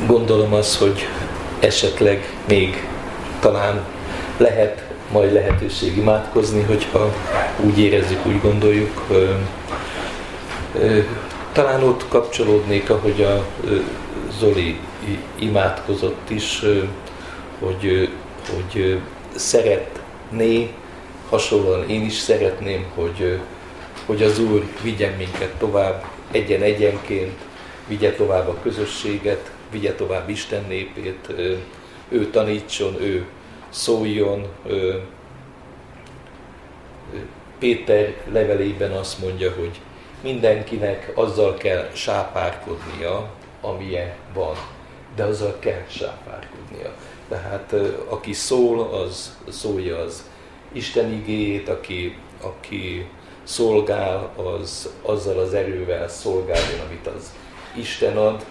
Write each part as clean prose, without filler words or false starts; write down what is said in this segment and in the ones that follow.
Gondolom az, hogy esetleg még talán lehet majd lehetőség imádkozni, hogyha úgy érezzük, úgy gondoljuk. Talán ott kapcsolódnék, ahogy a Zoli imádkozott is, hogy szeretné, hasonlóan én is szeretném, hogy az Úr vigyen minket tovább egyenként, vigye tovább a közösséget, vigye tovább Isten népét, ő tanítson, ő szóljon. Péter levelében azt mondja, hogy mindenkinek azzal kell sápárkodnia, amilyen van, de azzal kell sápárkodnia. Tehát aki szól, az szólja az Isten igéjét, aki szolgál, az azzal az erővel szolgáljon, amit az Isten ad,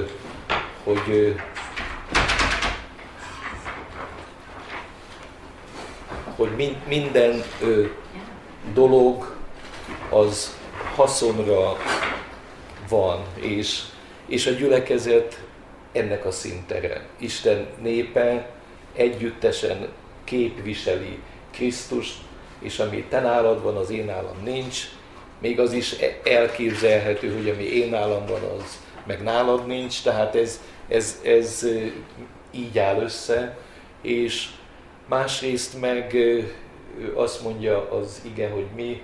hogy minden dolog az haszonra van, és a gyülekezet ennek a szintere. Isten népe együttesen képviseli Krisztust, és ami te nálad van, az én nálam nincs. Még az is elképzelhető, hogy ami én nálam van, az meg nálad nincs, tehát ez így áll össze, és másrészt meg azt mondja az ige, hogy mi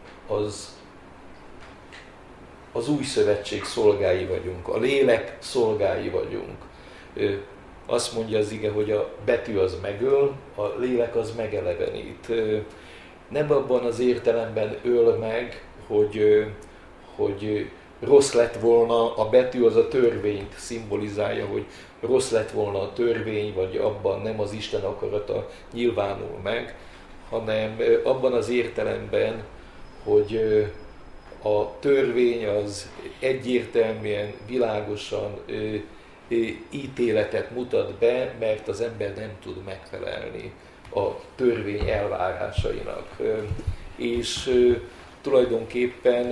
az új szövetség szolgái vagyunk, a lélek szolgái vagyunk. Azt mondja az ige, hogy a betű az megöl, a lélek az megelevenít. Nem abban az értelemben öl meg, hogy rossz lett volna, a betű az a törvényt szimbolizálja, hogy rossz lett volna a törvény, vagy abban nem az Isten akarata nyilvánul meg, hanem abban az értelemben, hogy a törvény az egyértelműen, világosan ítéletet mutat be, mert az ember nem tud megfelelni a törvény elvárásainak. És tulajdonképpen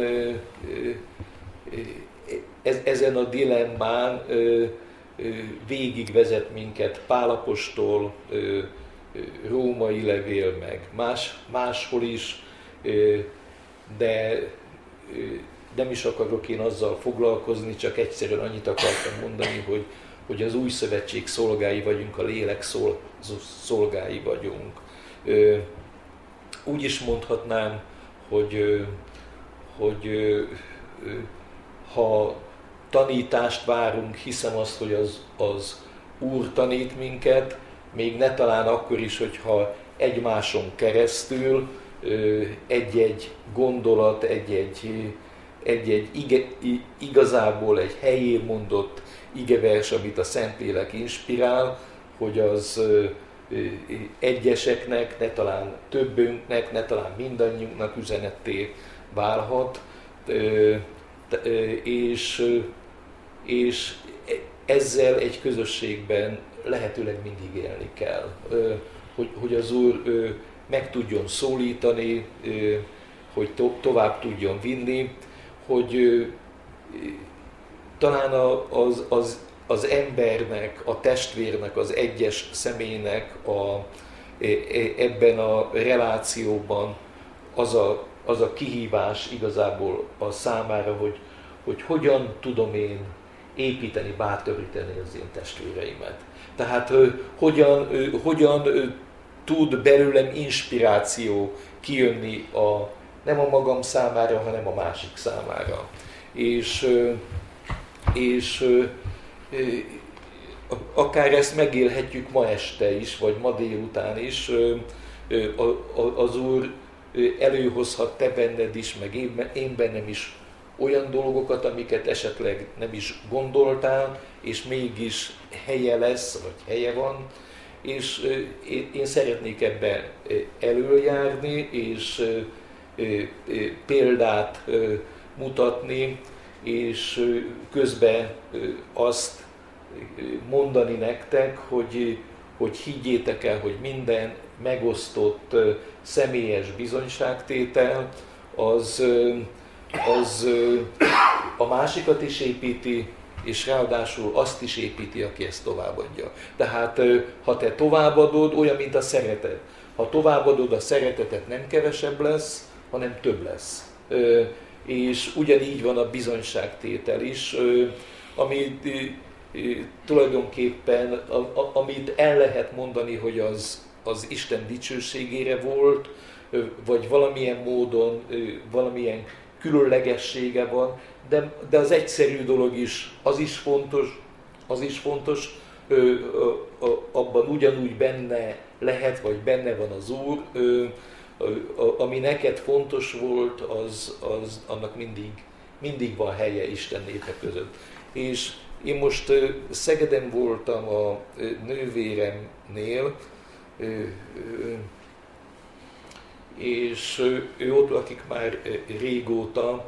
ezen a dilemmán végigvezet minket Pál apostol, római levél, meg máshol is, de nem is akarok én azzal foglalkozni, csak egyszerűen annyit akartam mondani, hogy az új szövetség szolgái vagyunk, a lélek szolgái vagyunk. Úgy is mondhatnám, hogy ha tanítást várunk, hiszem azt, hogy az Úr tanít minket, még ne talán akkor is, hogyha egymáson keresztül egy-egy gondolat, egy-egy igazából egy helyén mondott igevers, amit a Szentlélek inspirál, hogy az egyeseknek, ne talán többünknek, ne talán mindannyiunknak üzenetté válhat, és ezzel egy közösségben lehetőleg mindig élni kell. Hogy az Úr meg tudjon szólítani, hogy tovább tudjon vinni, hogy talán az embernek, a testvérnek, az egyes személynek ebben a relációban az a kihívás igazából a számára, hogy hogyan tudom én építeni, bátorítani az én testvéreimet. Tehát hogyan tud belőlem inspiráció kijönni nem a magam számára, hanem a másik számára. És akár ezt megélhetjük ma este is, vagy ma délután is, az Úr előhozhat te benned is, meg én bennem is olyan dolgokat, amiket esetleg nem is gondoltál, és mégis helye lesz, vagy helye van, és én szeretnék ebbe előjárni, és példát mutatni, és közben azt mondani nektek, hogy higgyétek el, hogy minden megosztott személyes bizonyságtétel az a másikat is építi, és ráadásul azt is építi, aki ezt továbbadja. Tehát ha te továbbadod, olyan, mint a szeretet. Ha továbbadod a szeretetet, nem kevesebb lesz, hanem több lesz. És ugyanígy van a bizonyságtétel is, ami tulajdonképpen, amit el lehet mondani, hogy az Isten dicsőségére volt, vagy valamilyen módon, valamilyen különlegessége van, de az egyszerű dolog is, az is fontos, abban ugyanúgy benne lehet, vagy benne van az Úr, ami neked fontos volt, annak mindig van helye Isten népe között. És én most Szegeden voltam a nővéremnél, és ő ott lakik már régóta,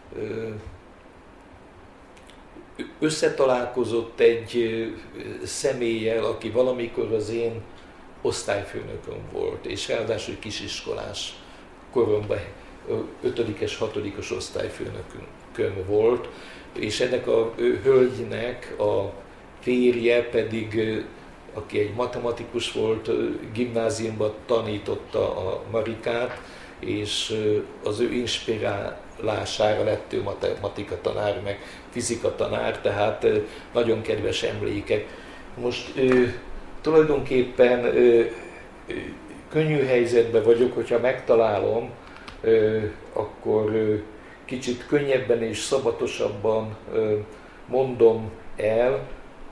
összetalálkozott egy személlyel, aki valamikor az én osztályfőnököm volt, és ráadásul kisiskolás koromban 5-es, 6-os osztályfőnökön volt, és ennek a hölgynek a férje pedig, aki egy matematikus volt, gimnáziumban tanította a Marikát, és az ő inspirálására lett ő matematika tanár, meg fizika tanár, tehát nagyon kedves emlékek. Most tulajdonképpen könnyű helyzetben vagyok, hogyha megtalálom, akkor kicsit könnyebben és szabatosabban mondom el.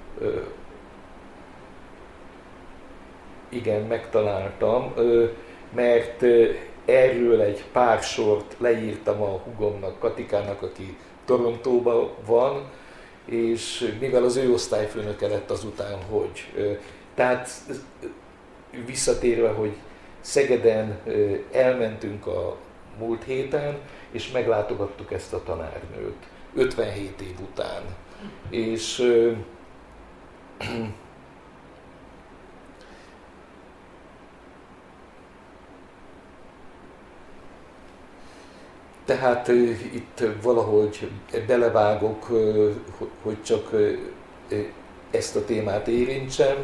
Igen, megtaláltam, mert erről egy pár sort leírtam a húgomnak, Katikának, aki Torontóban van, és mivel az ő osztályfőnöke lett azután, hogy. Tehát visszatérve, hogy Szegeden elmentünk a múlt héten, és meglátogattuk ezt a tanárnőt, 57 év után. És tehát itt valahogy belevágok, hogy csak ezt a témát érintsem.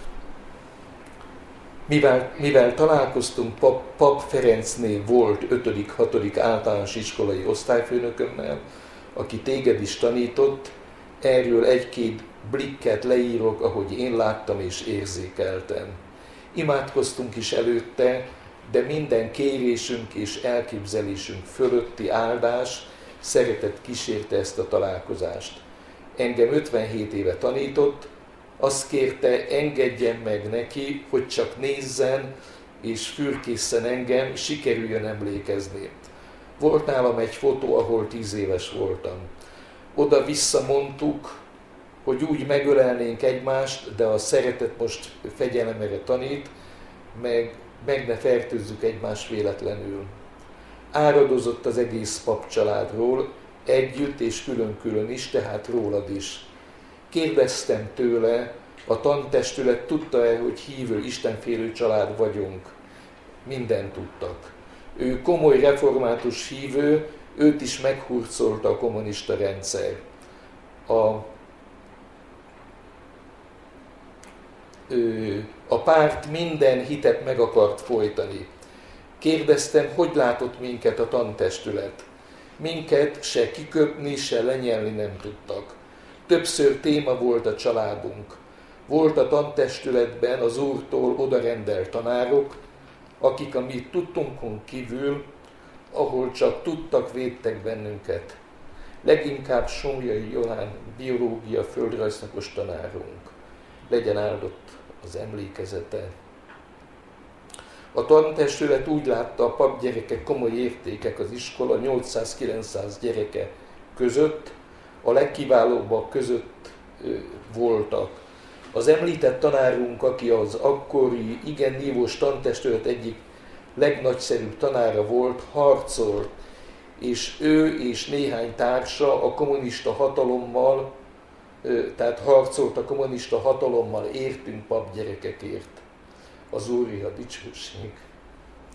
Mivel találkoztunk Pap Ferencnél volt 5.-6. általános iskolai osztályfőnökömmel, aki téged is tanított, erről egy-két blikket leírok, ahogy én láttam és érzékeltem. Imádkoztunk is előtte, de minden kérésünk és elképzelésünk fölötti áldás, szeretet kísérte ezt a találkozást. Engem 57 éve tanított, azt kérte, engedjen meg neki, hogy csak nézzen és fürkészen engem, sikerüljön emlékezni. Volt nálam egy fotó, ahol 10 éves voltam. Oda-vissza mondtuk, hogy úgy megölelnénk egymást, de a szeretet most fegyelemre tanít, meg ne fertőzzük egymást véletlenül. Áradozott az egész papcsaládról, együtt és külön-külön is, tehát rólad is. Kérdeztem tőle, a tantestület tudta-e, hogy hívő, istenfélő család vagyunk? Mindent tudtak. Ő komoly református hívő, őt is meghurcolta a kommunista rendszer. A párt minden hitet meg akart folytani. Kérdeztem, hogy látott minket a tantestület. Minket se kiköpni, se lenyelni nem tudtak. Többször téma volt a családunk. Volt a tantestületben az Úrtól odarendelt tanárok, akik a mi tudtunkon kívül, ahol csak tudtak, védtek bennünket. Leginkább Somlyai Jolán biológia földrajzszakos tanárunk. Legyen áldott az emlékezete. A tantestület úgy látta, a papgyerekek komoly értékek az iskola 800-900 gyereke között, a legkiválóbbak között voltak. Az említett tanárunk, aki az akkori igen nívós tantestület egyik legnagyszerűbb tanára volt, harcolt, és ő és néhány társa a kommunista hatalommal, tehát harcolt a kommunista hatalommal értünk papgyerekekért. Az Úré a dicsőség.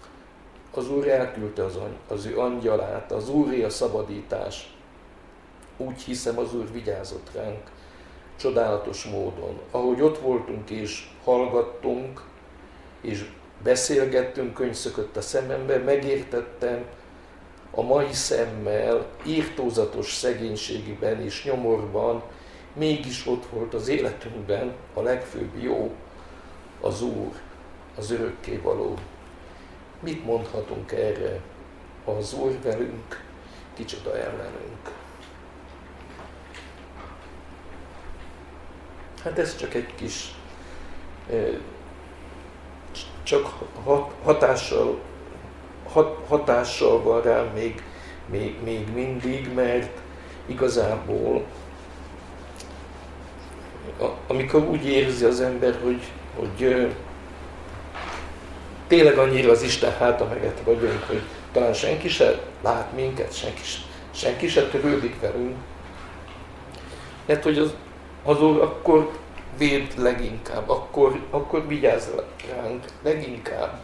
Az Úr elküldte az ő angyalát, az Úré a szabadítás. úgy hiszem, az Úr vigyázott ránk csodálatos módon. Ahogy ott voltunk és hallgattunk, és beszélgettünk, könyv szökött a szemembe, megértettem a mai szemmel, írtózatos szegénységben és nyomorban, mégis ott volt az életünkben a legfőbb jó, az Úr, az örökkévaló. Mit mondhatunk erre? Ha az Úr velünk, kicsoda ellenünk. Hát ez csak egy kis, csak hatással van rám még mindig, mert igazából amikor úgy érzi az ember, hogy tényleg annyira az Isten háta mögött vagyunk, hogy talán senki se lát minket, senki se törődik velünk. Mert hogy az Úr akkor véd leginkább, akkor vigyázz ránk leginkább.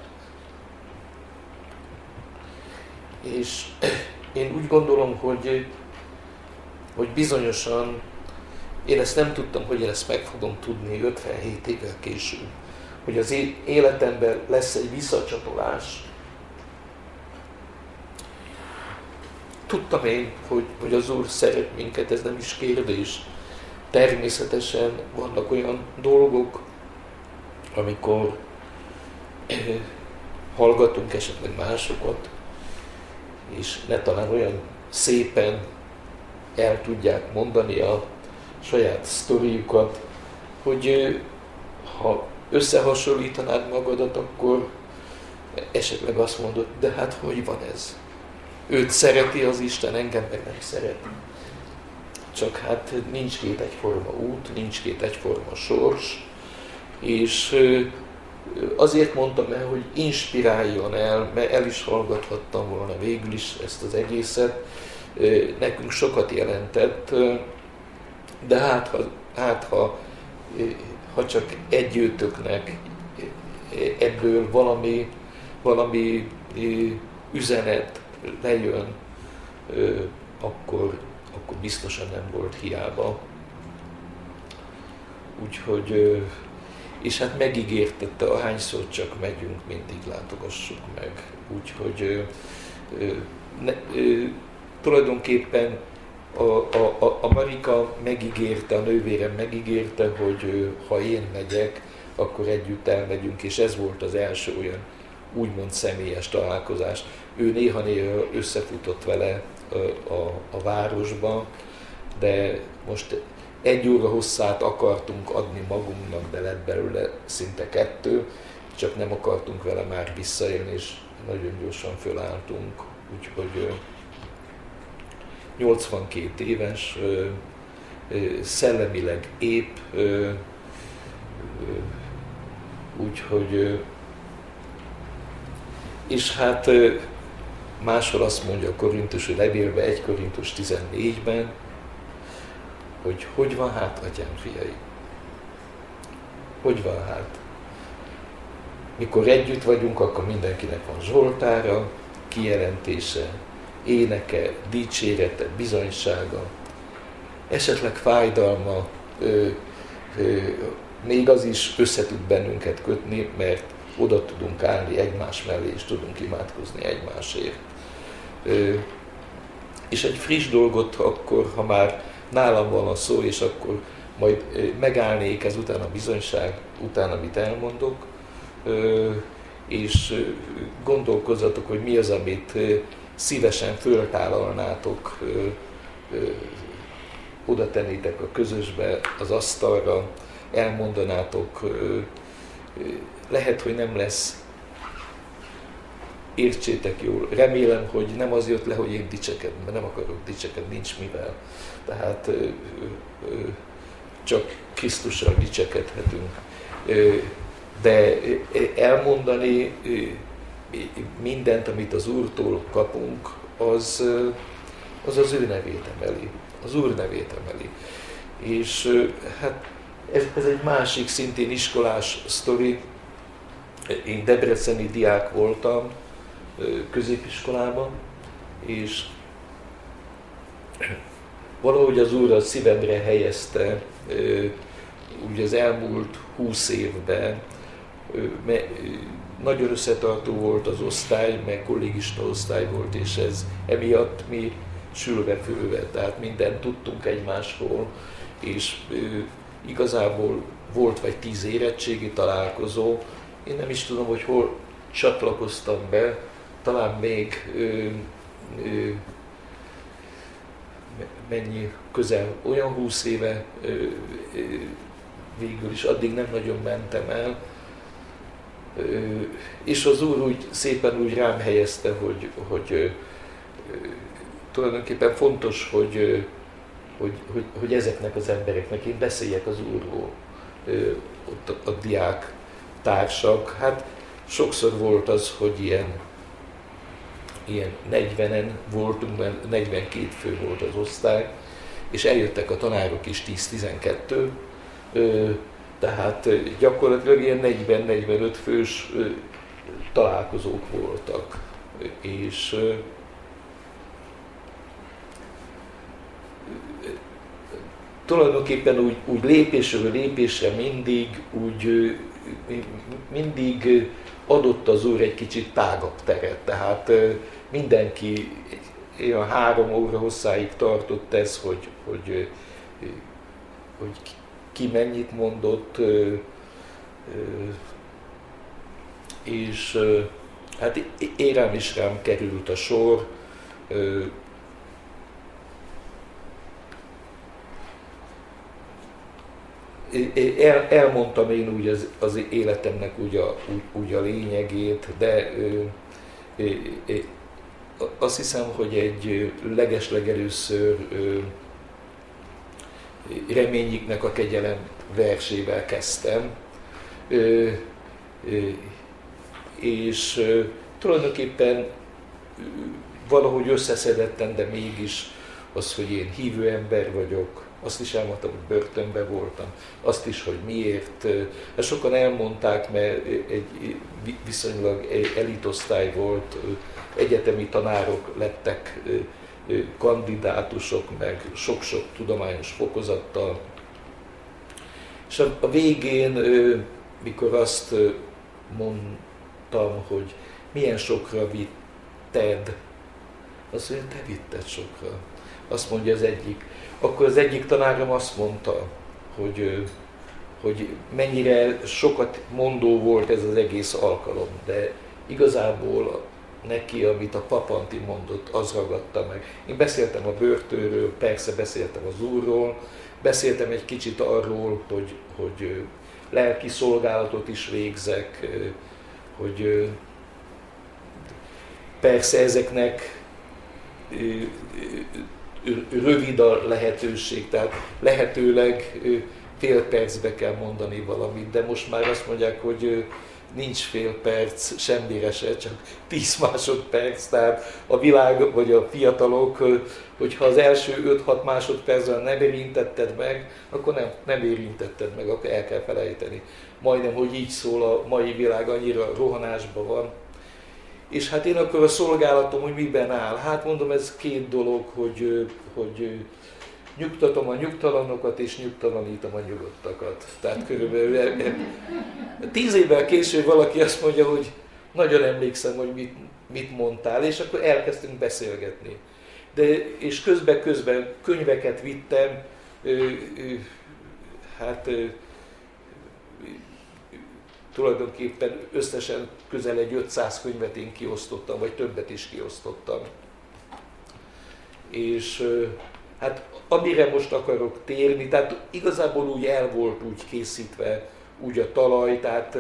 És én úgy gondolom, hogy bizonyosan én ezt nem tudtam, hogy én ezt meg fogom tudni 57 évvel később. Hogy az életemben lesz egy visszacsatolás. Tudtam én, hogy az Úr szeret minket, ez nem is kérdés. Természetesen vannak olyan dolgok, amikor hallgatunk esetleg másokat, és ne talán olyan szépen el tudják mondani a saját sztoriukat, hogy ha összehasonlítanád magadat, akkor esetleg azt mondod, de hát hogy van ez? Őt szereti az Isten, engem meg nem szeret. Csak hát nincs két egyforma út, nincs két egyforma sors, és azért mondtam el, hogy inspiráljon el, mert el is hallgathattam volna végül is ezt az egészet. Nekünk sokat jelentett, de ha csak egyőtöknek ebből valami üzenet lejön, akkor biztosan nem volt hiába. Úgyhogy, és hát megígértette, ahányszor csak megyünk, mindig látogassuk meg. Úgyhogy tulajdonképpen a Marika megígérte, a nővérem megígérte, hogy ha én megyek, akkor együtt elmegyünk, és ez volt az első olyan úgymond személyes találkozás. Ő néha-néha összefutott vele a városba, de most 1 óra hosszát akartunk adni magunknak, de lett belőle szinte 2, csak nem akartunk vele már visszaélni, és nagyon gyorsan fölálltunk, úgyhogy 82 éves, szellemileg épp, úgyhogy, és hát máshol azt mondja a korintusi levélben, 1 Korintus 14-ben, hogy van hát, atyám, fiai? Hogy van hát? Mikor együtt vagyunk, akkor mindenkinek van zsoltára, kijelentése, éneke, dicsérete, bizonysága, esetleg fájdalma, még az is össze tud bennünket kötni, mert oda tudunk állni egymás mellé, és tudunk imádkozni egymásért. És egy friss dolgot akkor, ha már nálam van a szó, és akkor majd megállnék ezután a bizonyság után, amit elmondok, és gondolkozzatok, hogy mi az, amit szívesen föltállalnátok, oda tennétek a közösbe, az asztalra, elmondanátok, lehet, hogy nem lesz, értsétek jól, remélem, hogy nem az jött le, hogy én dicsekedem, mert nem akarok dicsekedni, nincs mivel. Tehát csak Krisztussal dicsekedhetünk. De elmondani mindent, amit az Úrtól kapunk, az ő nevét emeli, az Úr nevét emeli. És hát ez egy másik, szintén iskolás sztori. Én debreceni diák voltam középiskolában, és valahogy az Úr a szívemre helyezte úgy az elmúlt 20 évben. Nagyon összetartó volt az osztály, meg kollégista osztály volt, és ez emiatt mi sülve-fülve, tehát mindent tudtunk egymásról, és igazából volt vagy 10 érettségi találkozó. Én nem is tudom, hogy hol csatlakoztam be, talán még mennyi, közel olyan 20 éve, végül is addig nem nagyon mentem el, és az Úr úgy szépen úgy rám helyezte, hogy tulajdonképpen fontos, hogy ezeknek az embereknek én beszéljek az Úrról, ott a diák társak. Hát sokszor volt az, hogy ilyen 40-en voltunk, mert 42 fő volt az osztály, és eljöttek a tanárok is 10-12, tehát gyakorlatilag ilyen 40-45 fős találkozók voltak. És tulajdonképpen úgy lépésről lépésre mindig adott az Úr egy kicsit tágabb teret, tehát mindenki olyan 3 óra hosszáig tartott ez, hogy ki mennyit mondott, és hát érem is rám került a sor. Elmondtam én úgy az életemnek úgy a lényegét, de azt hiszem, hogy egy legeslegelőször Reményiknek a kegyelem versével kezdtem, és tulajdonképpen valahogy összeszedettem, de mégis az, hogy én hívő ember vagyok, azt is elmondtam, hogy börtönben voltam, azt is, hogy miért. Sokan elmondták, mert egy viszonylag elitosztály volt, egyetemi tanárok lettek kandidátusok, meg sok-sok tudományos fokozattal. És a végén, mikor azt mondtam, hogy milyen sokra vitted, azt mondja, te vitted sokra. Azt mondja az egyik. Akkor az egyik tanárom azt mondta, hogy mennyire sokat mondó volt ez az egész alkalom, de igazából neki, amit a Papanti mondott, az ragadta meg. Én beszéltem a börtönről, persze beszéltem az Úrról, beszéltem egy kicsit arról, hogy lelki szolgálatot is végzek, hogy persze ezeknek rövid a lehetőség, tehát lehetőleg fél percbe kell mondani valamit, de most már azt mondják, hogy nincs fél perc semmire se, csak 10 másodperc, tehát a világ vagy a fiatalok, hogyha az első 5-6 másodpercben nem érintetted meg, akkor nem érintetted meg, akkor el kell felejteni. Majdnem, hogy így szól a mai világ, annyira rohanásban van. És hát én akkor a szolgálatom, hogy miben áll? Hát mondom, ez 2 dolog, hogy nyugtatom a nyugtalanokat, és nyugtalanítom a nyugodtakat. Tehát körülbelül 10 évvel később valaki azt mondja, hogy nagyon emlékszem, hogy mit mondtál, és akkor elkezdtünk beszélgetni. És közben könyveket vittem, tulajdonképpen összesen közel egy 500 könyvet én kiosztottam, vagy többet is kiosztottam. És hát amire most akarok térni, tehát igazából úgy el volt úgy készítve úgy a talaj, tehát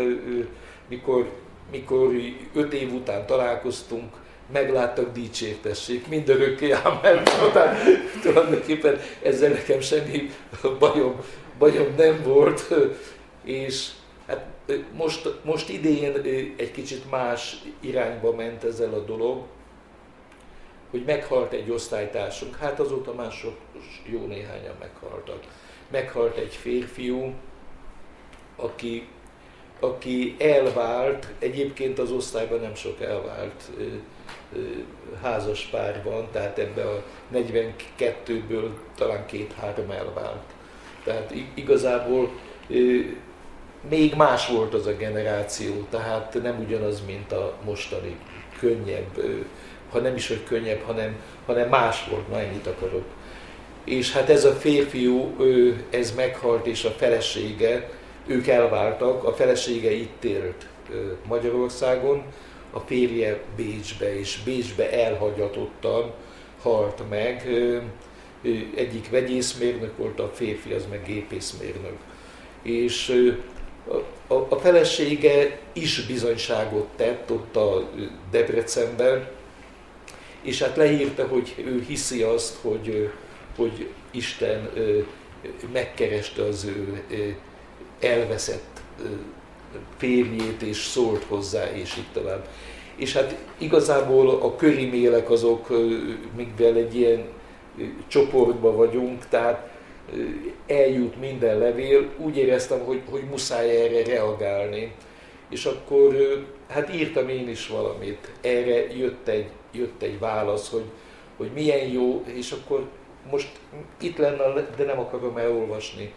mikor 5 év után találkoztunk, megláttak, dicsértessék, mindörökké ámen. Tehát tulajdonképpen ezzel nekem semmi bajom nem volt, és hát most idén egy kicsit más irányba ment ezzel a dolog, hogy meghalt egy osztálytársunk, hát azóta mások jó néhányan meghaltak. Meghalt egy férfiú, aki aki elvált, egyébként az osztályban nem sok elvált házas pár van, tehát ebben a 42-ből talán 2-3 elvált. Tehát igazából még más volt az a generáció, tehát nem ugyanaz, mint a mostani, könnyebb, ha nem is, hogy könnyebb, hanem más volt, na ennyit akarok. És hát ez a férfiú, ez meghalt, és a felesége, ők elváltak, a felesége itt élt Magyarországon, a férje Bécsbe, és Bécsbe elhagyatottan halt meg. Egyik vegyészmérnök volt, a férfi az meg gépészmérnök. És a felesége is bizonyságot tett ott a Debrecenben, és hát leírta, hogy ő hiszi azt, hogy Isten megkereste az ő elveszett férjét, és szólt hozzá, és így tovább. És hát igazából a körimélek azok, mivel egy ilyen csoportban vagyunk, tehát eljut minden levél, úgy éreztem, hogy muszáj erre reagálni. És akkor hát írtam én is valamit. Erre jött egy válasz, hogy milyen jó, és akkor most itt lenne, de nem akarom elolvasni.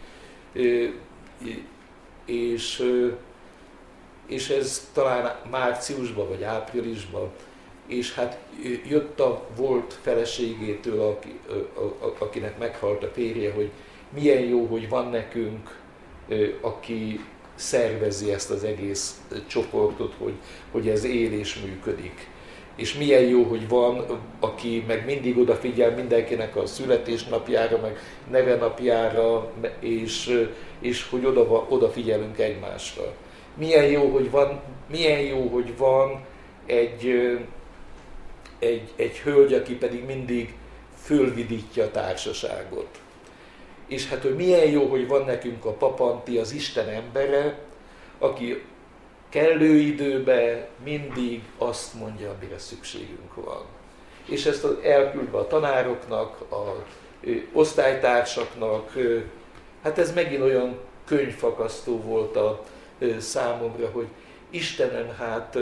És ez talán márciusban vagy áprilisban, és hát jött a volt feleségétől, akinek meghalt a férje, hogy milyen jó, hogy van nekünk, aki szervezi ezt az egész csoportot, hogy ez él és működik. És milyen jó, hogy van, aki meg mindig odafigyel mindenkinek a születésnapjára, meg nevenapjára, és hogy odafigyelünk egymásra. Milyen jó, hogy van egy hölgy, aki pedig mindig fölvidítja a társaságot. És hát, hogy milyen jó, hogy van nekünk a Papanti, az Isten embere, aki kellő időben mindig azt mondja, amire szükségünk van. És ezt elküldve a tanároknak, az osztálytársaknak, hát ez megint olyan könyvfakasztó volt a számomra, hogy Istenem, hát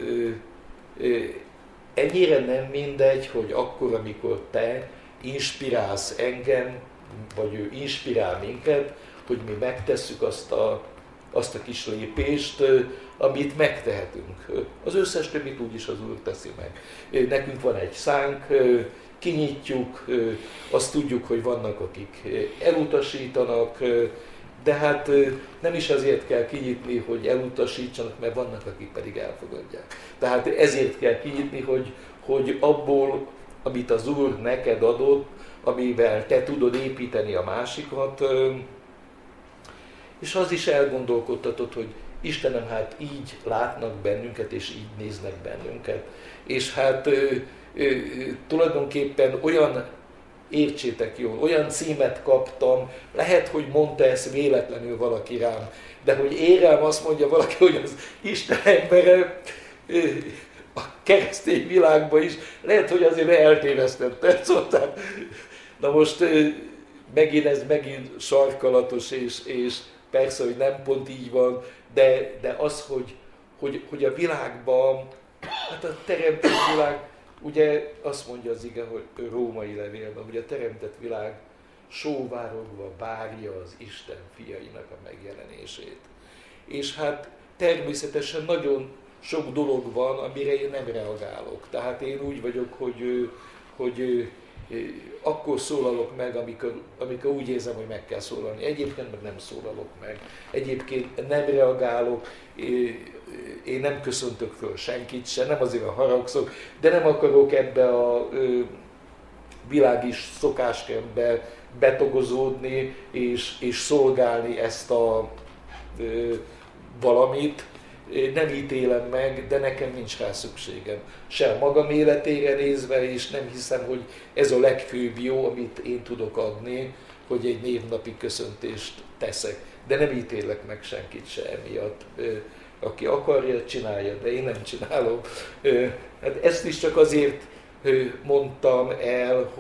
ennyire nem mindegy, hogy akkor, amikor te inspirálsz engem, vagy ő inspirál minket, hogy mi megtesszük azt a kis lépést, amit megtehetünk. Az összes többit úgyis az Úr teszi meg. Nekünk van egy szánk, kinyitjuk, azt tudjuk, hogy vannak, akik elutasítanak, de hát nem is azért kell kinyitni, hogy elutasítsanak, mert vannak, akik pedig elfogadják. Tehát ezért kell kinyitni, hogy abból, amit az Úr neked adott, amivel te tudod építeni a másikat, és az is elgondolkodtatod, hogy Istenem, hát így látnak bennünket, és így néznek bennünket. És hát tulajdonképpen olyan, értsétek jól, olyan címet kaptam, lehet, hogy mondta ezt véletlenül valaki rám, de hogy én rám azt mondja valaki, hogy az Isten embere a keresztény világban is, lehet, hogy azért eltévesztette. Szóval, na most ez megint sarkalatos, és persze, hogy nem pont így van, de az, hogy a világban, hát a teremtett világ, ugye azt mondja az ige, hogy római levélben, hogy a teremtett világ sóvárogva várja az Isten fiainak a megjelenését. És hát természetesen nagyon sok dolog van, amire én nem reagálok. Tehát én úgy vagyok, hogy akkor szólalok meg, amikor úgy érzem, hogy meg kell szólalni. Egyébként meg nem szólalok meg. Egyébként nem reagálok, én nem köszöntök föl senkit se, nem azért haragszok, de nem akarok ebbe a világi szokáskörbe betagozódni és szolgálni ezt a valamit. Nem ítélem meg, de nekem nincs rá szükségem. Se a magam életére nézve, és nem hiszem, hogy ez a legfőbb jó, amit én tudok adni, hogy egy névnapi köszöntést teszek. De nem ítélek meg senkit se emiatt. Aki akarja, csinálja, de én nem csinálom. Hát ezt is csak azért mondtam el,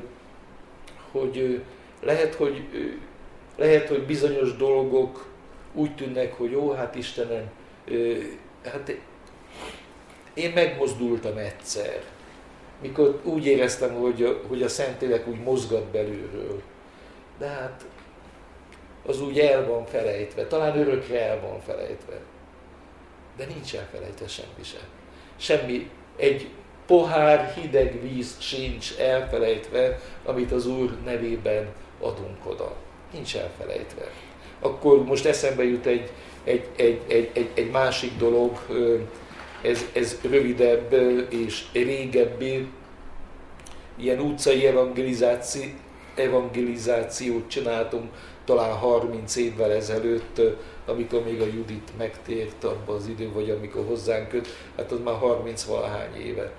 hogy lehet, hogy bizonyos dolgok úgy tűnnek, hogy jó, hát Istenem, hát én megmozdultam egyszer, mikor úgy éreztem, hogy a Szentlélek úgy mozgat belülről. De hát az úgy el van felejtve, talán örökre el van felejtve. De nincs elfelejtve semmi sem. Semmi, egy pohár hideg víz sincs elfelejtve, amit az Úr nevében adunk oda. Nincs elfelejtve. Akkor most eszembe jut egy másik dolog, ez rövidebb és régebbi, ilyen utcai evangelizációt csináltunk talán 30 évvel ezelőtt, amikor még a Judit megtért abban az idő, vagy amikor hozzánk jött, hát az már 30-valahány éve.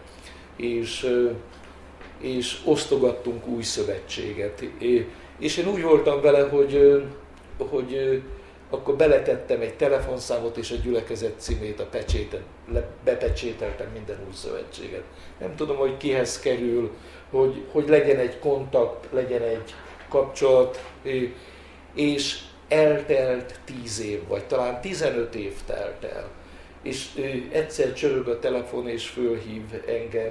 És osztogattunk új szövetséget. És én úgy voltam vele, hogy akkor beletettem egy telefonszámot és a gyülekezet címét a pecséten, bepecsételtem minden új szövetséget. Nem tudom, hogy kihez kerül, hogy legyen egy kontakt, legyen egy kapcsolat, és eltelt 10 év, vagy talán 15 év telt el. És egyszer csörög a telefon, és fölhív engem.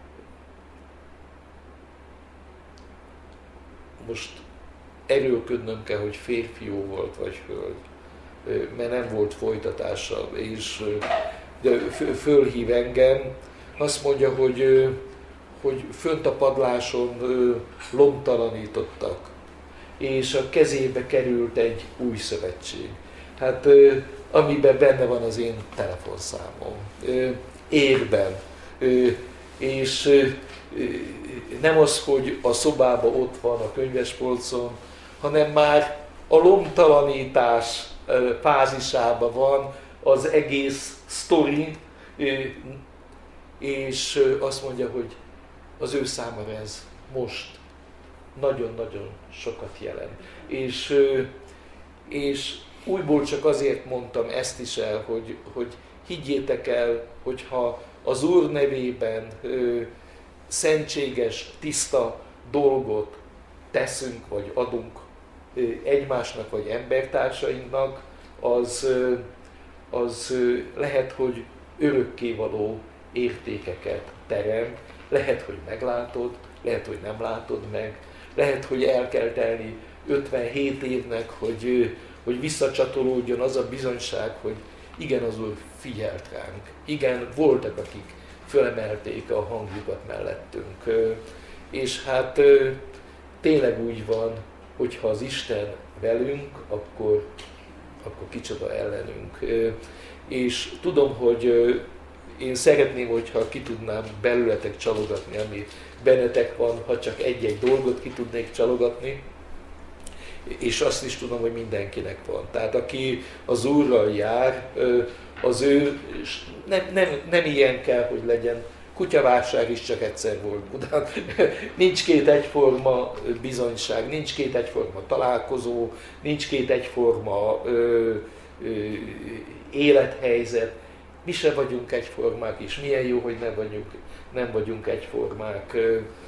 Most erőlködnöm kell, hogy férfiú volt, vagy hölgy, mert nem volt folytatása, és fölhív engem, azt mondja, hogy fönt a padláson lomtalanítottak, és a kezébe került egy új szövetség. Hát amiben benne van az én telefonszámom, érben, és nem az, hogy a szobában ott van a könyvespolcon, hanem már a lomtalanítás fázisában van az egész sztori, és azt mondja, hogy az ő számára ez most nagyon-nagyon sokat jelent. És újból csak azért mondtam ezt is el, hogy higgyétek el, hogyha az Úr nevében szentséges, tiszta dolgot teszünk, vagy adunk egymásnak, vagy embertársainknak, az lehet, hogy örökkévaló értékeket teremt, lehet, hogy meglátod, lehet, hogy nem látod meg, lehet, hogy el kell telni 57 évnek, hogy visszacsatolódjon az a bizonyság, hogy igen, az Úr figyelt ránk. Igen, voltak, akik fölemelték a hangjukat mellettünk. És hát tényleg úgy van, hogyha az Isten velünk, akkor kicsoda ellenünk. És tudom, hogy én szeretném, hogyha ki tudnám belőletek csalogatni, ami bennetek van, ha csak egy-egy dolgot ki tudnék csalogatni, és azt is tudom, hogy mindenkinek van. Tehát aki az Úrral jár, az ő nem ilyen kell, hogy legyen. Kutyavásár is csak egyszer volt Budán. Nincs két egyforma bizonyság, nincs két egyforma találkozó, nincs két egyforma élethelyzet. Mi se vagyunk egyformák, és milyen jó, hogy nem vagyunk egyformák.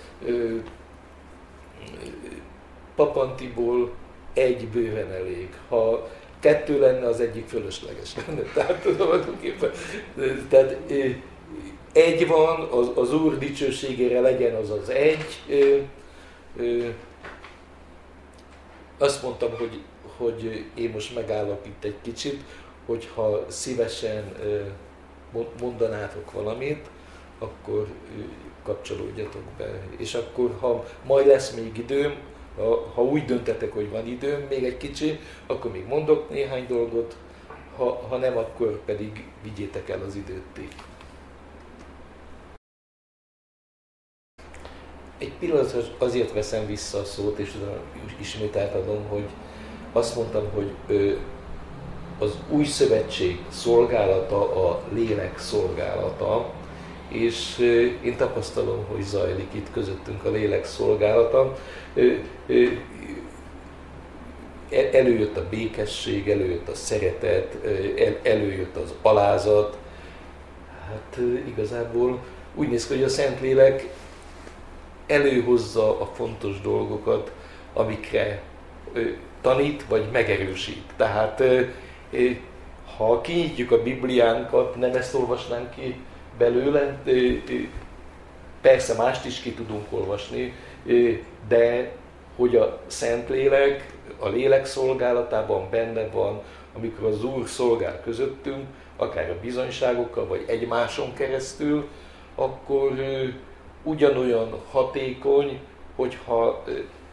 Papantiból egy bőven elég. Ha 2 lenne, az egyik fölösleges lenne. Tehát egy van, az Úr dicsőségére legyen az az egy. Azt mondtam, hogy én most megállok itt egy kicsit, hogyha szívesen mondanátok valamit, akkor kapcsolódjatok be. És akkor, ha majd lesz még időm, ha úgy döntetek, hogy van időm még egy kicsi, akkor még mondok néhány dolgot, ha nem, akkor pedig vigyétek el az időt ti. Egy pillanat azért veszem vissza a szót, és ismét átadom, hogy azt mondtam, hogy az új szövetség szolgálata a lélek szolgálata, és én tapasztalom, hogy zajlik itt közöttünk a lélek szolgálata. Előjött a békesség, előjött a szeretet, előjött az alázat. Hát igazából úgy néz ki, hogy a Szentlélek előhozza a fontos dolgokat, amikre tanít vagy megerősít. Tehát Ha kinyitjuk a Bibliánkat, nem ezt olvasnánk ki belőle, persze mást is ki tudunk olvasni, de hogy a Szentlélek a lélek szolgálatában benne van, amikor az Úr szolgál közöttünk, akár a bizonyságokkal, vagy egymáson keresztül, akkor ugyanolyan hatékony, hogyha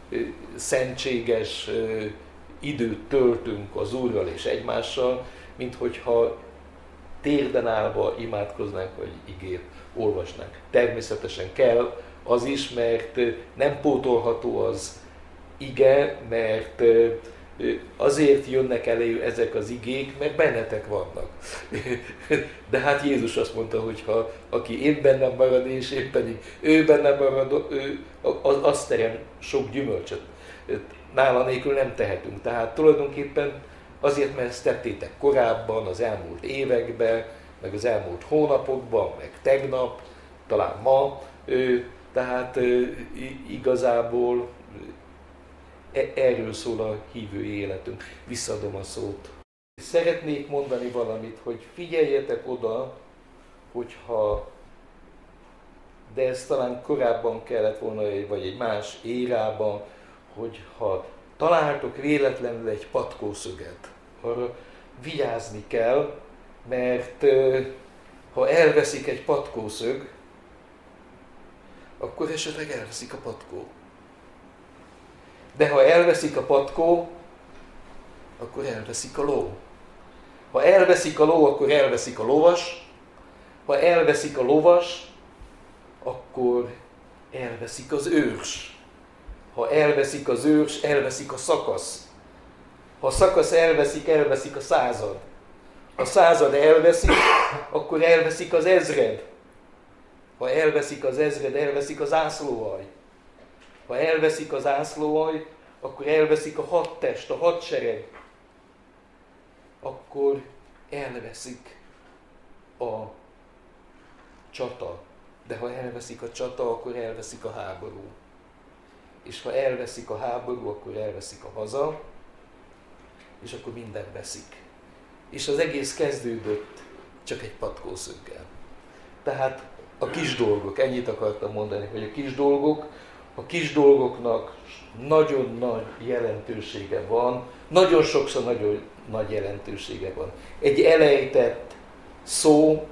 szentséges időt töltünk az Úrral és egymással, mint hogyha térden állva imádkoznánk, vagy igét olvasnánk. Természetesen kell az is, mert nem pótolható az ige, mert azért jönnek elő ezek az igék, mert bennetek vannak. De hát Jézus azt mondta, hogy ha aki én bennem marad, és én pedig ő bennem marad, az terem sok gyümölcsöt. Nála nélkül nem tehetünk. Tehát tulajdonképpen azért, mert ezt tettétek korábban, az elmúlt években, meg az elmúlt hónapokban, meg tegnap, talán ma, tehát igazából erről szól a hívői életünk. Visszaadom a szót. Szeretnék mondani valamit, hogy figyeljetek oda, hogyha, de ez talán korábban kellett volna, vagy egy más érában, hogyha találtok véletlenül egy patkószöget, arra vigyázni kell, mert ha elveszik egy patkószög, akkor esetleg elveszik a patkó. De ha elveszik a patkó, akkor elveszik a ló. Ha elveszik a ló, akkor elveszik a lovas. Ha elveszik a lovas, akkor elveszik az őrs. Ha elveszik az őrs, elveszik a szakasz. Ha a szakasz elveszik, elveszik a század. Ha a század elveszik, akkor elveszik az ezred. Ha elveszik az ezred, elveszik az zászlóalj. Ha elveszik az zászlóalj, akkor elveszik a hadtest, a hadsereg. Akkor elveszik a csata. De ha elveszik a csata, akkor elveszik a háború. És ha elveszik a háború, akkor elveszik a haza, és akkor minden veszik. És az egész kezdődött csak egy patkószöggel. Tehát a kis dolgok, ennyit akartam mondani, hogy a kis dolgoknak nagyon nagy jelentősége van, nagyon sokszor nagyon nagy jelentősége van. Egy elejtett szó,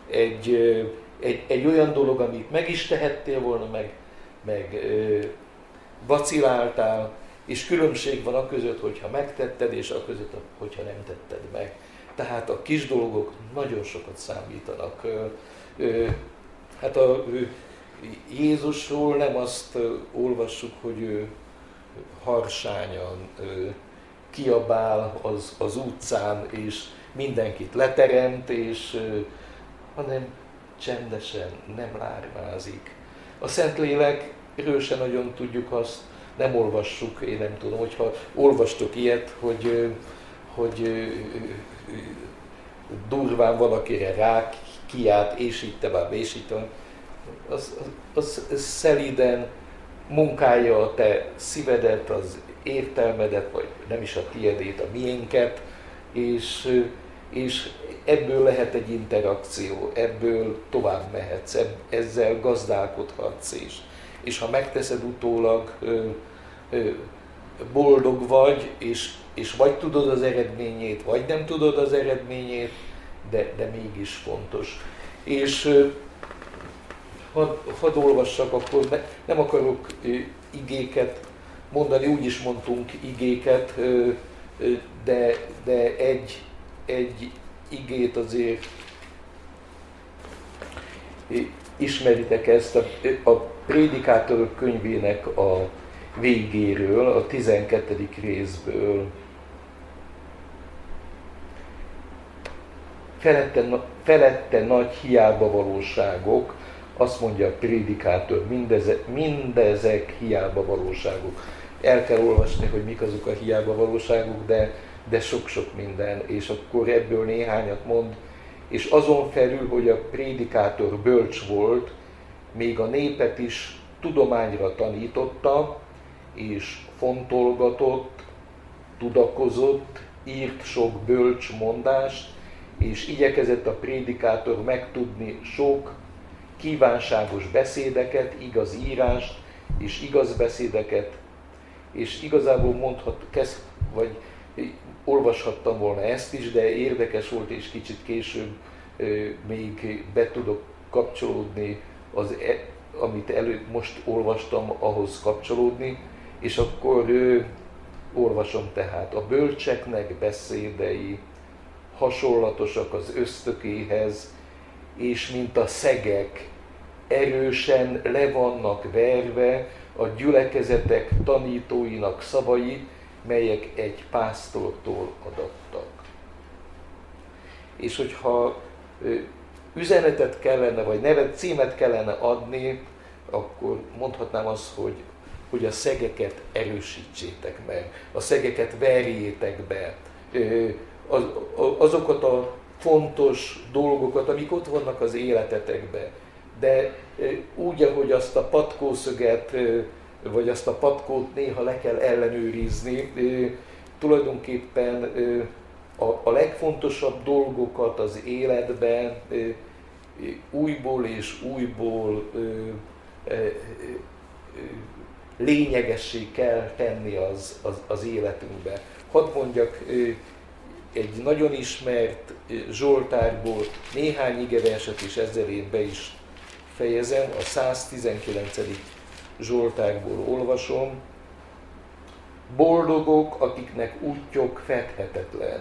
egy olyan dolog, amit meg is tehettél volna, meg vaciláltál, és különbség van a között, hogyha megtetted, és a között, hogyha nem tetted meg. Tehát a kis dolgok nagyon sokat számítanak. Hát a Jézusról nem azt olvassuk, hogy ő harsányan kiabál az utcán, és mindenkit leteremt, hanem csendesen, nem lármázik. A Szentlélekről se nagyon tudjuk azt, nem olvassuk, én nem tudom, hogyha olvastok ilyet, hogy durván valakire rá kiált, és így tovább, és így tovább. Az szelíden munkálja a te szívedet, az értelmedet, vagy nem is a tiedét, a miénket, és ebből lehet egy interakció, ebből tovább mehetsz, ezzel gazdálkodhatsz is. És ha megteszed utólag, boldog vagy, és vagy tudod az eredményét, vagy nem tudod az eredményét, de mégis fontos. És hadd olvassak, akkor nem akarok igéket mondani, úgy is mondtunk igéket, de egy igét azért ismeritek ezt a Prédikátorok könyvének a végéről, a 12. részből. Felette nagy hiába valóságok, azt mondja a prédikátor, mindezek hiába valóságok. El kell olvasni, hogy mik azok a hiába valóságok, de sok-sok minden, és akkor ebből néhányat mond. És azon felül, hogy a prédikátor bölcs volt, még a népet is tudományra tanította, és fontolgatott, tudakozott, írt sok bölcs mondást, és igyekezett a prédikátor megtudni sok kívánságos beszédeket, igaz írást és igaz beszédeket, és igazából vagy olvashattam volna ezt is, de érdekes volt, és kicsit később még be tudok kapcsolódni, amit most olvastam, ahhoz kapcsolódni, és akkor olvasom tehát. A bölcseknek beszédei hasonlatosak az ösztökéhez, és mint a szegek erősen le vannak verve a gyülekezetek tanítóinak szavai, melyek egy pásztortól adattak. És hogyha üzenetet kellene, vagy címet kellene adni, akkor mondhatnám azt, hogy a szegeket erősítsétek meg, a szegeket verjétek be, azokat a fontos dolgokat, amik ott vannak az életetekben, de úgy, ahogy azt a patkószöget, vagy azt a patkót néha le kell ellenőrizni, tulajdonképpen a legfontosabb dolgokat az életben újból és újból lényegessé kell tenni az életünkbe. Hadd mondjak egy nagyon ismert Zsoltárból néhány igeverset, és ezzel én be is fejezem, a 119. Zsoltárból olvasom. Boldogok, akiknek útjuk fedhetetlen,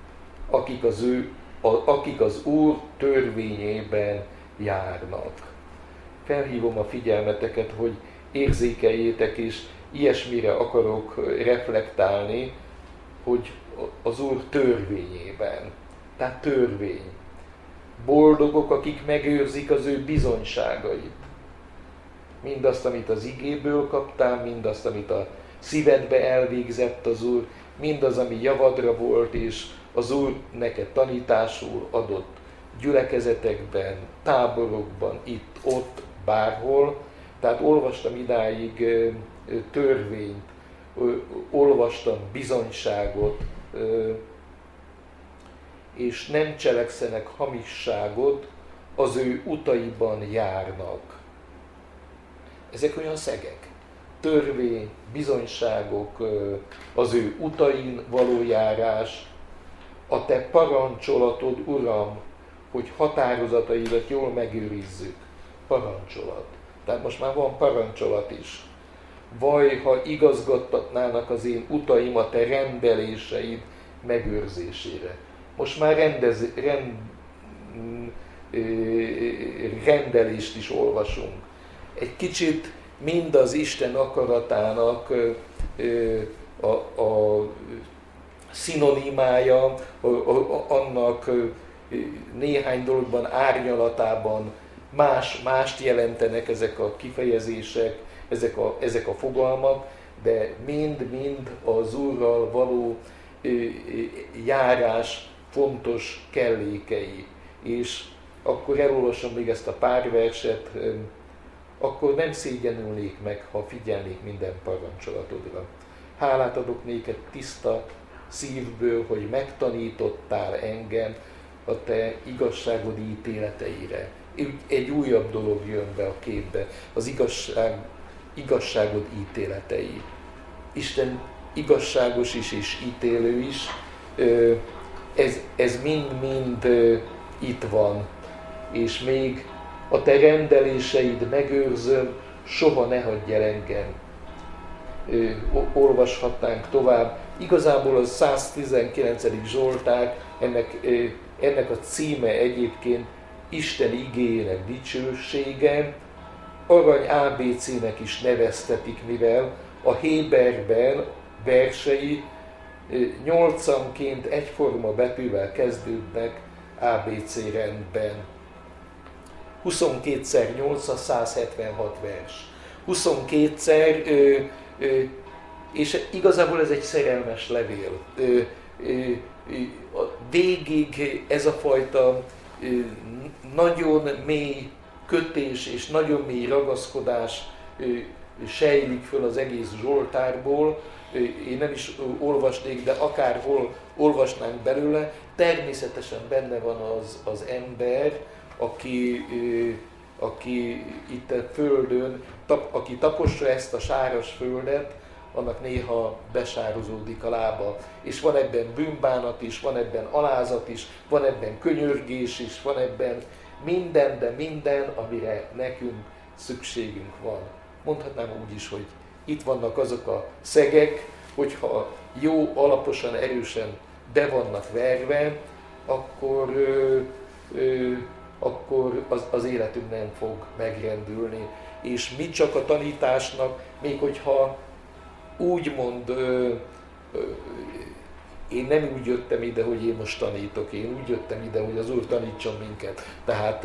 akik az Úr törvényében járnak. Felhívom a figyelmeteket, hogy érzékeljétek, és ilyesmire akarok reflektálni, hogy az Úr törvényében, tehát törvény. Boldogok, akik megőrzik az ő bizonyságait. Mindazt, amit az igéből kaptál, mindazt, amit a szívedbe elvégzett az Úr, mindaz, ami javadra volt, és az Úr neked tanításul adott gyülekezetekben, táborokban, itt, ott, bárhol. Tehát olvastam idáig törvényt, olvastam bizonyságot, és nem cselekszenek hamisságot, az ő utaiban járnak. Ezek olyan szegek. Törvény, bizonyságok, az ő utain való járás, a te parancsolatod, Uram, hogy határozataidat jól megőrizzük. Parancsolat. Tehát most már van parancsolat is. Vaj, ha igazgattatnának az én utaim a te rendeléseid megőrzésére. Most már rendelést is olvasunk. Egy kicsit mind az Isten akaratának a szinonimája, annak néhány dologban, árnyalatában mást jelentenek ezek a kifejezések, ezek a fogalmak, de mind-mind az Úrral való járás fontos kellékei. És akkor elolvasom még ezt a pár verset, akkor nem szégyenülnék meg, ha figyelnék minden parancsolatodra. Hálát adok néked tiszta szívből, hogy megtanítottál engem a te igazságod ítéleteire. Egy újabb dolog jön be a képbe, az igazságod ítéletei. Isten igazságos is és ítélő is, ez mind-mind itt van, és még a te rendeléseid megőrzöm, soha ne hagyj el engem. Olvashatnánk tovább. Igazából a 119. Zsoltár, ennek a címe egyébként Isten igéjének dicsősége, arany ABC-nek is neveztetik, mivel a Héberben versei 8-anként egyforma betűvel kezdődnek ABC rendben. 22x8 a 176 vers. 22-szer, és igazából ez egy szerelmes levél. Végig ez a fajta nagyon mély kötés és nagyon mély ragaszkodás sejlik föl az egész Zsoltárból, én nem is olvasnék, de akárhol olvasnánk belőle, természetesen benne van az ember, aki itt a földön, aki tapossa ezt a sáros földet, annak néha besározódik a lába. És van ebben bűnbánat is, van ebben alázat is, van ebben könyörgés is, van ebben minden, de minden, amire nekünk szükségünk van. Mondhatnám úgy is, hogy itt vannak azok a szegek, hogyha jó, alaposan, erősen be vannak verve, akkor az életünk nem fog megrendülni. És mi csak a tanításnak, még hogyha úgymond én nem úgy jöttem ide, hogy én most tanítok, én úgy jöttem ide, hogy az Úr tanítson minket. Tehát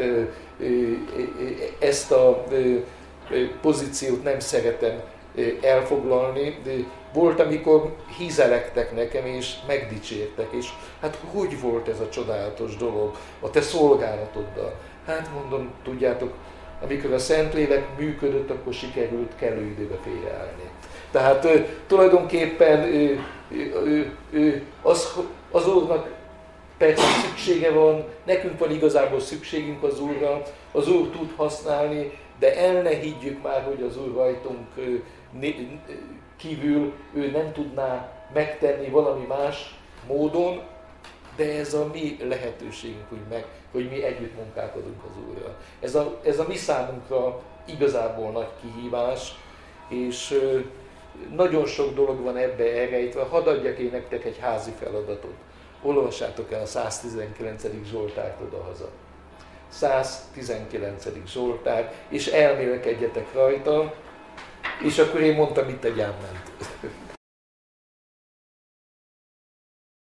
ezt a pozíciót nem szeretem elfoglalni, de volt, amikor hízelektek nekem, és megdicsértek, és hát hogy volt ez a csodálatos dolog a te szolgálatoddal? Hát mondom, tudjátok, amikor a Szentlélek működött, akkor sikerült kellő időbe félreállni. Tehát tulajdonképpen az Úrnak persze szüksége van, nekünk van igazából szükségünk az Úrra, az Úr tud használni, de el ne higgyük már, hogy az Úr rajtunk kívül ő nem tudná megtenni valami más módon, de ez a mi lehetőségünk, hogy mi együtt munkálkodunk az Úrral. Ez a mi számunkra igazából nagy kihívás, és nagyon sok dolog van ebbe elrejtve. Hadd adjak én nektek egy házi feladatot. Olvassátok el a 119. Zsoltárt odahaza. 119. Zsoltár, és elmélkedjetek rajta, és akkor én mondtam, itt egy áment.